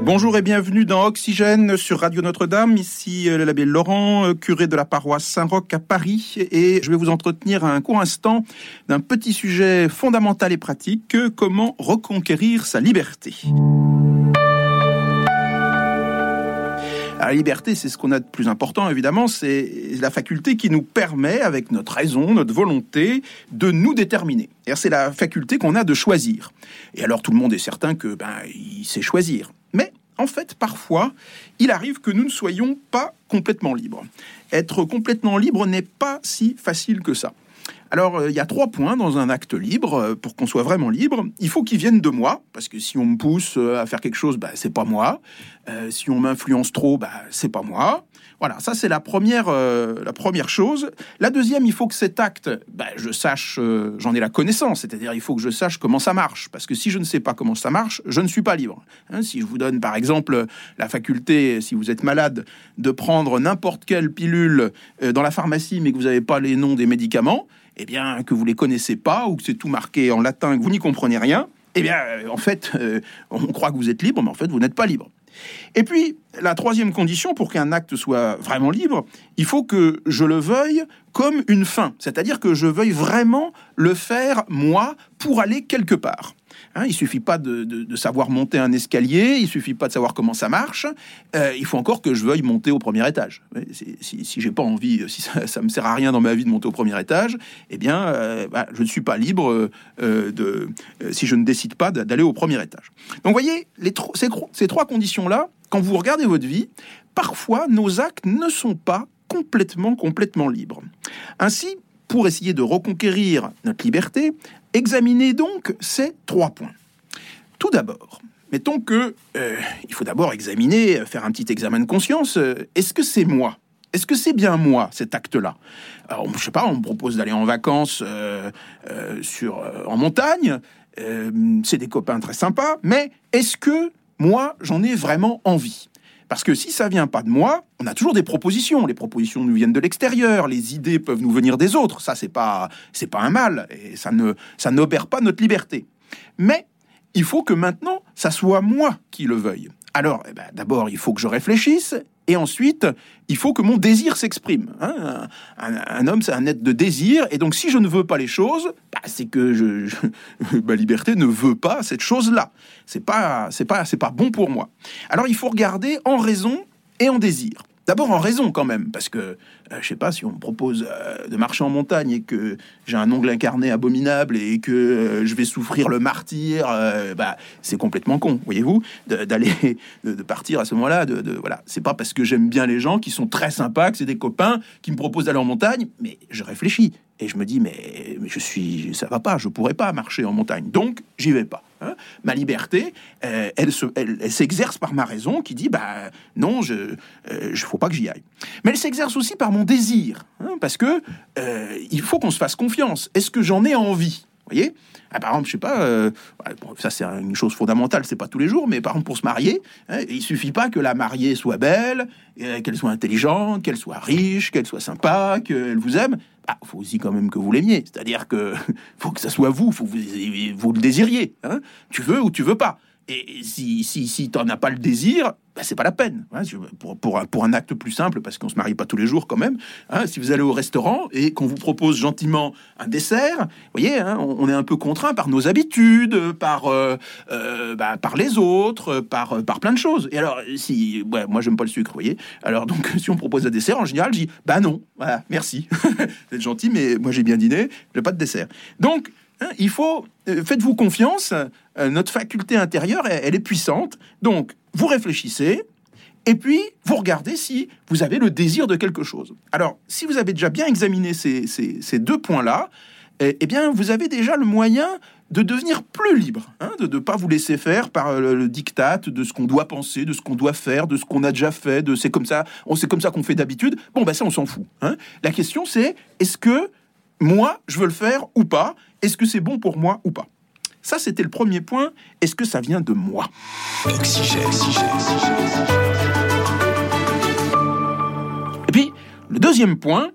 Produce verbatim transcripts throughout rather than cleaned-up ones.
Bonjour et bienvenue dans Oxygène sur Radio Notre-Dame. Ici l'abbé Laurent, curé de la paroisse Saint-Roch à Paris, et je vais vous entretenir un court instant d'un petit sujet fondamental et pratique, comment reconquérir sa liberté. La liberté, c'est ce qu'on a de plus important, évidemment, c'est la faculté qui nous permet, avec notre raison, notre volonté, de nous déterminer. C'est la faculté qu'on a de choisir. Et alors, tout le monde est certain que, ben, il sait choisir. Mais, en fait, parfois, il arrive que nous ne soyons pas complètement libres. Être complètement libre n'est pas si facile que ça. Alors, il y a trois points dans un acte libre. Pour qu'on soit vraiment libre, il faut qu'il vienne de moi, parce que si on me pousse à faire quelque chose, bah, c'est pas moi. Euh, si on m'influence trop, bah, c'est pas moi. Voilà, ça c'est la première, euh, la première chose. La deuxième, il faut que cet acte, bah, je sache, euh, j'en ai la connaissance, c'est-à-dire il faut que je sache comment ça marche, parce que si je ne sais pas comment ça marche, je ne suis pas libre. Hein, si je vous donne par exemple la faculté, si vous êtes malade, de prendre n'importe quelle pilule euh, dans la pharmacie, mais que vous n'avez pas les noms des médicaments, eh bien, que vous les connaissez pas, ou que c'est tout marqué en latin, que vous n'y comprenez rien, eh bien, euh, en fait, euh, on croit que vous êtes libre, mais en fait, vous n'êtes pas libre. Et puis, la troisième condition, pour qu'un acte soit vraiment libre, il faut que je le veuille comme une fin, c'est-à-dire que je veuille vraiment le faire, moi, pour aller quelque part. Hein, il suffit pas de, de, de savoir monter un escalier, il suffit pas de savoir comment ça marche, euh, il faut encore que je veuille monter au premier étage. Si, si, si j'ai pas envie, si ça, ça me sert à rien dans ma vie de monter au premier étage, eh bien, euh, bah, je ne suis pas libre euh, de, euh, si je ne décide pas d'aller au premier étage. Donc, vous voyez, les tro- ces, ces trois conditions-là, quand vous regardez votre vie, parfois, nos actes ne sont pas complètement, complètement libres. Ainsi, pour essayer de reconquérir notre liberté, examinez donc ces trois points. Tout d'abord, mettons que euh, il faut d'abord examiner, faire un petit examen de conscience. Euh, est-ce que c'est moi ? Est-ce que c'est bien moi, cet acte-là ? Alors, je sais pas, on me propose d'aller en vacances euh, euh, sur, euh, en montagne. Euh, c'est des copains très sympas, mais est-ce que moi, j'en ai vraiment envie ? Parce que si ça vient pas de moi, on a toujours des propositions. Les propositions nous viennent de l'extérieur, les idées peuvent nous venir des autres. Ça, c'est pas, c'est pas un mal, et ça ne, ça n'obère pas notre liberté. Mais il faut que maintenant, ça soit moi qui le veuille. Alors, eh ben, d'abord, il faut que je réfléchisse, et ensuite, il faut que mon désir s'exprime. Hein, un, un, un homme, c'est un être de désir, et donc si je ne veux pas les choses, bah, c'est que je, je, ma liberté ne veut pas cette chose-là. C'est pas, c'est pas, c'est pas bon pour moi. Alors, il faut regarder en raison et en désir. D'abord en raison quand même, parce que, euh, je sais pas, si on me propose euh, de marcher en montagne et que j'ai un ongle incarné abominable et que euh, je vais souffrir le martyre, euh, bah, c'est complètement con, voyez-vous, de, d'aller, de, de partir à ce moment-là, de, de, voilà. C'est pas parce que j'aime bien les gens qui sont très sympas, que c'est des copains qui me proposent d'aller en montagne, mais je réfléchis et je me dis, mais, mais je suis, ça va pas, je pourrais pas marcher en montagne, donc j'y vais pas. Hein, ma liberté, euh, elle, se, elle, elle s'exerce par ma raison qui dit, bah non, je, euh, je faut pas que j'y aille. Mais elle s'exerce aussi par mon désir, hein, parce que euh, il faut qu'on se fasse confiance. Est-ce que j'en ai envie ? Vous voyez ? Ah, par exemple, je sais pas, euh, bon, ça c'est une chose fondamentale, c'est pas tous les jours, mais par exemple pour se marier, hein, il suffit pas que la mariée soit belle, euh, qu'elle soit intelligente, qu'elle soit riche, qu'elle soit sympa, qu'elle vous aime. Ah, faut aussi quand même que vous l'aimiez, c'est-à-dire que faut que ça soit vous, faut que vous, vous le désiriez. Hein, tu veux ou tu veux pas. Et si, si, si t'en as pas le désir, ben c'est pas la peine. Hein, pour, pour, un, pour un acte plus simple, parce qu'on se marie pas tous les jours quand même, hein, si vous allez au restaurant et qu'on vous propose gentiment un dessert, vous voyez, hein, on, on est un peu contraint par nos habitudes, par, euh, euh, bah, par les autres, par, par plein de choses. Et alors, si, ouais, moi j'aime pas le sucre, vous voyez, alors donc si on propose un dessert, en général, je dis, bah non, voilà, merci, vous êtes gentil, mais moi j'ai bien dîné, j'ai pas de dessert. Donc, hein, il faut, euh, faites-vous confiance, euh, notre faculté intérieure, elle, elle est puissante. Donc, vous réfléchissez, et puis vous regardez si vous avez le désir de quelque chose. Alors, si vous avez déjà bien examiné ces, ces, ces deux points-là, eh, eh bien, vous avez déjà le moyen de devenir plus libre, hein, de ne pas vous laisser faire par le, le diktat de ce qu'on doit penser, de ce qu'on doit faire, de ce qu'on a déjà fait, de c'est comme ça, on c'est comme ça qu'on fait d'habitude. Bon, ben ça, on s'en fout. Hein. La question, c'est est-ce que moi, je veux le faire ou pas ? Est-ce que c'est bon pour moi ou pas ? Ça, c'était le premier point. Est-ce que ça vient de moi ? Oxygène, oxygène, oxygène. Et puis, le deuxième point,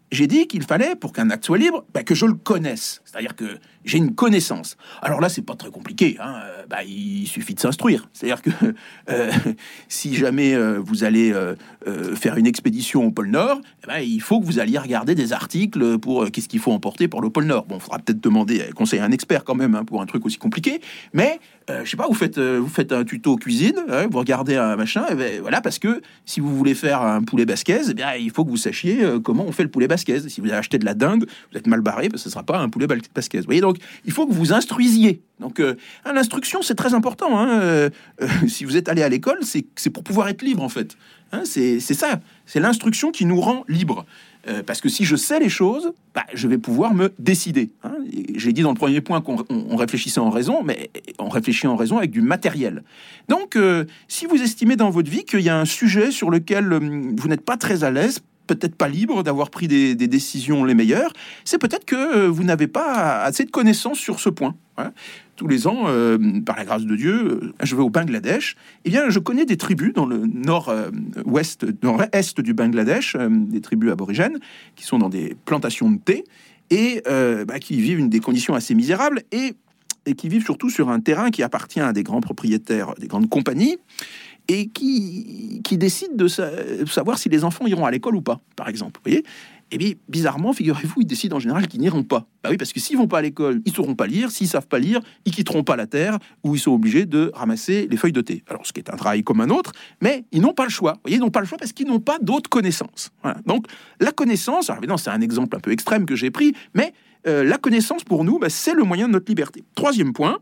j'ai dit qu'il fallait, pour qu'un acte soit libre, bah, que je le connaisse. C'est-à-dire que j'ai une connaissance. Alors là, c'est pas très compliqué. Hein. Bah, il suffit de s'instruire. C'est-à-dire que euh, si jamais euh, vous allez euh, euh, faire une expédition au pôle Nord, eh ben, il faut que vous alliez regarder des articles pour euh, qu'est-ce qu'il faut emporter pour le pôle Nord. Bon, il faudra peut-être demander conseiller à un expert quand même hein, pour un truc aussi compliqué. Mais euh, je sais pas, vous faites, euh, vous faites un tuto cuisine, hein, vous regardez un machin, et ben, voilà, parce que si vous voulez faire un poulet basquez, eh bien, il faut que vous sachiez euh, comment on fait le poulet basquez. Si vous avez acheté de la dinde, vous êtes mal barré parce que ce sera pas un poulet basquez. Vous voyez, donc il faut que vous instruisiez. Donc euh, l'instruction, c'est très important. Hein. Euh, euh, si vous êtes allé à l'école, c'est, c'est pour pouvoir être libre en fait. Hein, c'est, c'est ça, c'est l'instruction qui nous rend libres. Euh, parce que si je sais les choses, bah, je vais pouvoir me décider. Hein. J'ai dit dans le premier point qu'on on, on réfléchissait en raison, mais on réfléchit en raison avec du matériel. Donc, euh, si vous estimez dans votre vie qu'il y a un sujet sur lequel euh, vous n'êtes pas très à l'aise, peut-être pas libre d'avoir pris des, des décisions les meilleures, c'est peut-être que euh, vous n'avez pas assez de connaissances sur ce point. Hein. Tous les ans, euh, par la grâce de Dieu, euh, je vais au Bangladesh. Eh bien, je connais des tribus dans le nord-ouest, nord-est du Bangladesh, euh, des tribus aborigènes, qui sont dans des plantations de thé et euh, bah, qui vivent une des conditions assez misérables et, et qui vivent surtout sur un terrain qui appartient à des grands propriétaires, des grandes compagnies, et qui, qui décident de sa- savoir si les enfants iront à l'école ou pas, par exemple. Vous voyez ? Et bien, bizarrement, figurez-vous, ils décident en général qu'ils n'iront pas. Bah oui, parce que s'ils vont pas à l'école, ils sauront pas lire. S'ils savent pas lire, ils quitteront pas la terre où ils sont obligés de ramasser les feuilles de thé. Alors, ce qui est un travail comme un autre, mais ils n'ont pas le choix. Vous voyez, ils n'ont pas le choix parce qu'ils n'ont pas d'autres connaissances. Voilà. Donc, la connaissance, alors évidemment, c'est un exemple un peu extrême que j'ai pris, mais euh, la connaissance, pour nous, bah, c'est le moyen de notre liberté. Troisième point,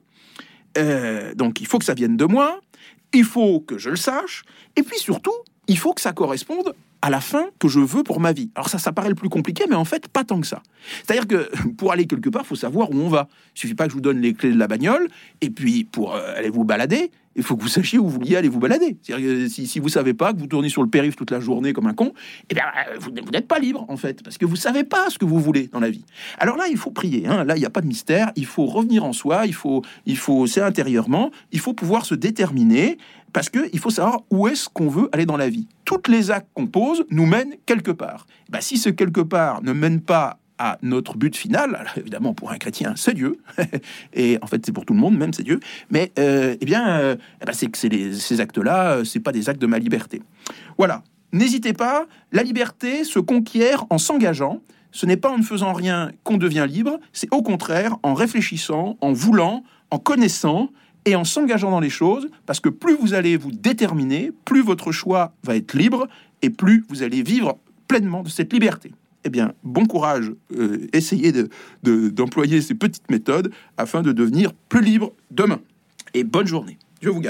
euh, donc il faut que ça vienne de moi, il faut que je le sache, et puis surtout, il faut que ça corresponde à la fin que je veux pour ma vie. Alors ça, ça paraît le plus compliqué, mais en fait, pas tant que ça. C'est-à-dire que pour aller quelque part, il faut savoir où on va. Il suffit pas que je vous donne les clés de la bagnole, et puis pour euh, aller vous balader, il faut que vous sachiez où vous vouliez aller vous balader. C'est-à-dire que si, si vous savez pas, que vous tournez sur le périph' toute la journée comme un con, eh bien, vous, vous n'êtes pas libre, en fait, parce que vous savez pas ce que vous voulez dans la vie. Alors là, il faut prier. Hein. Là, il n'y a pas de mystère. Il faut revenir en soi. Il faut, il faut, c'est intérieurement. Il faut pouvoir se déterminer, parce que il faut savoir où est-ce qu'on veut aller dans la vie. Toutes les actes qu'on pose nous mènent quelque part. Ben, si ce quelque part ne mène pas à notre but final, alors évidemment pour un chrétien c'est Dieu, et en fait c'est pour tout le monde même c'est Dieu, mais euh, eh bien euh, eh ben, c'est que c'est les, ces actes-là, euh, c'est pas des actes de ma liberté. Voilà, n'hésitez pas, la liberté se conquiert en s'engageant. Ce n'est pas en ne faisant rien qu'on devient libre, c'est au contraire en réfléchissant, en voulant, en connaissant et en s'engageant dans les choses, parce que plus vous allez vous déterminer, plus votre choix va être libre, et plus vous allez vivre pleinement de cette liberté. Eh bien, bon courage, euh, essayez de, de, d'employer ces petites méthodes afin de devenir plus libre demain. Et bonne journée. Dieu vous garde.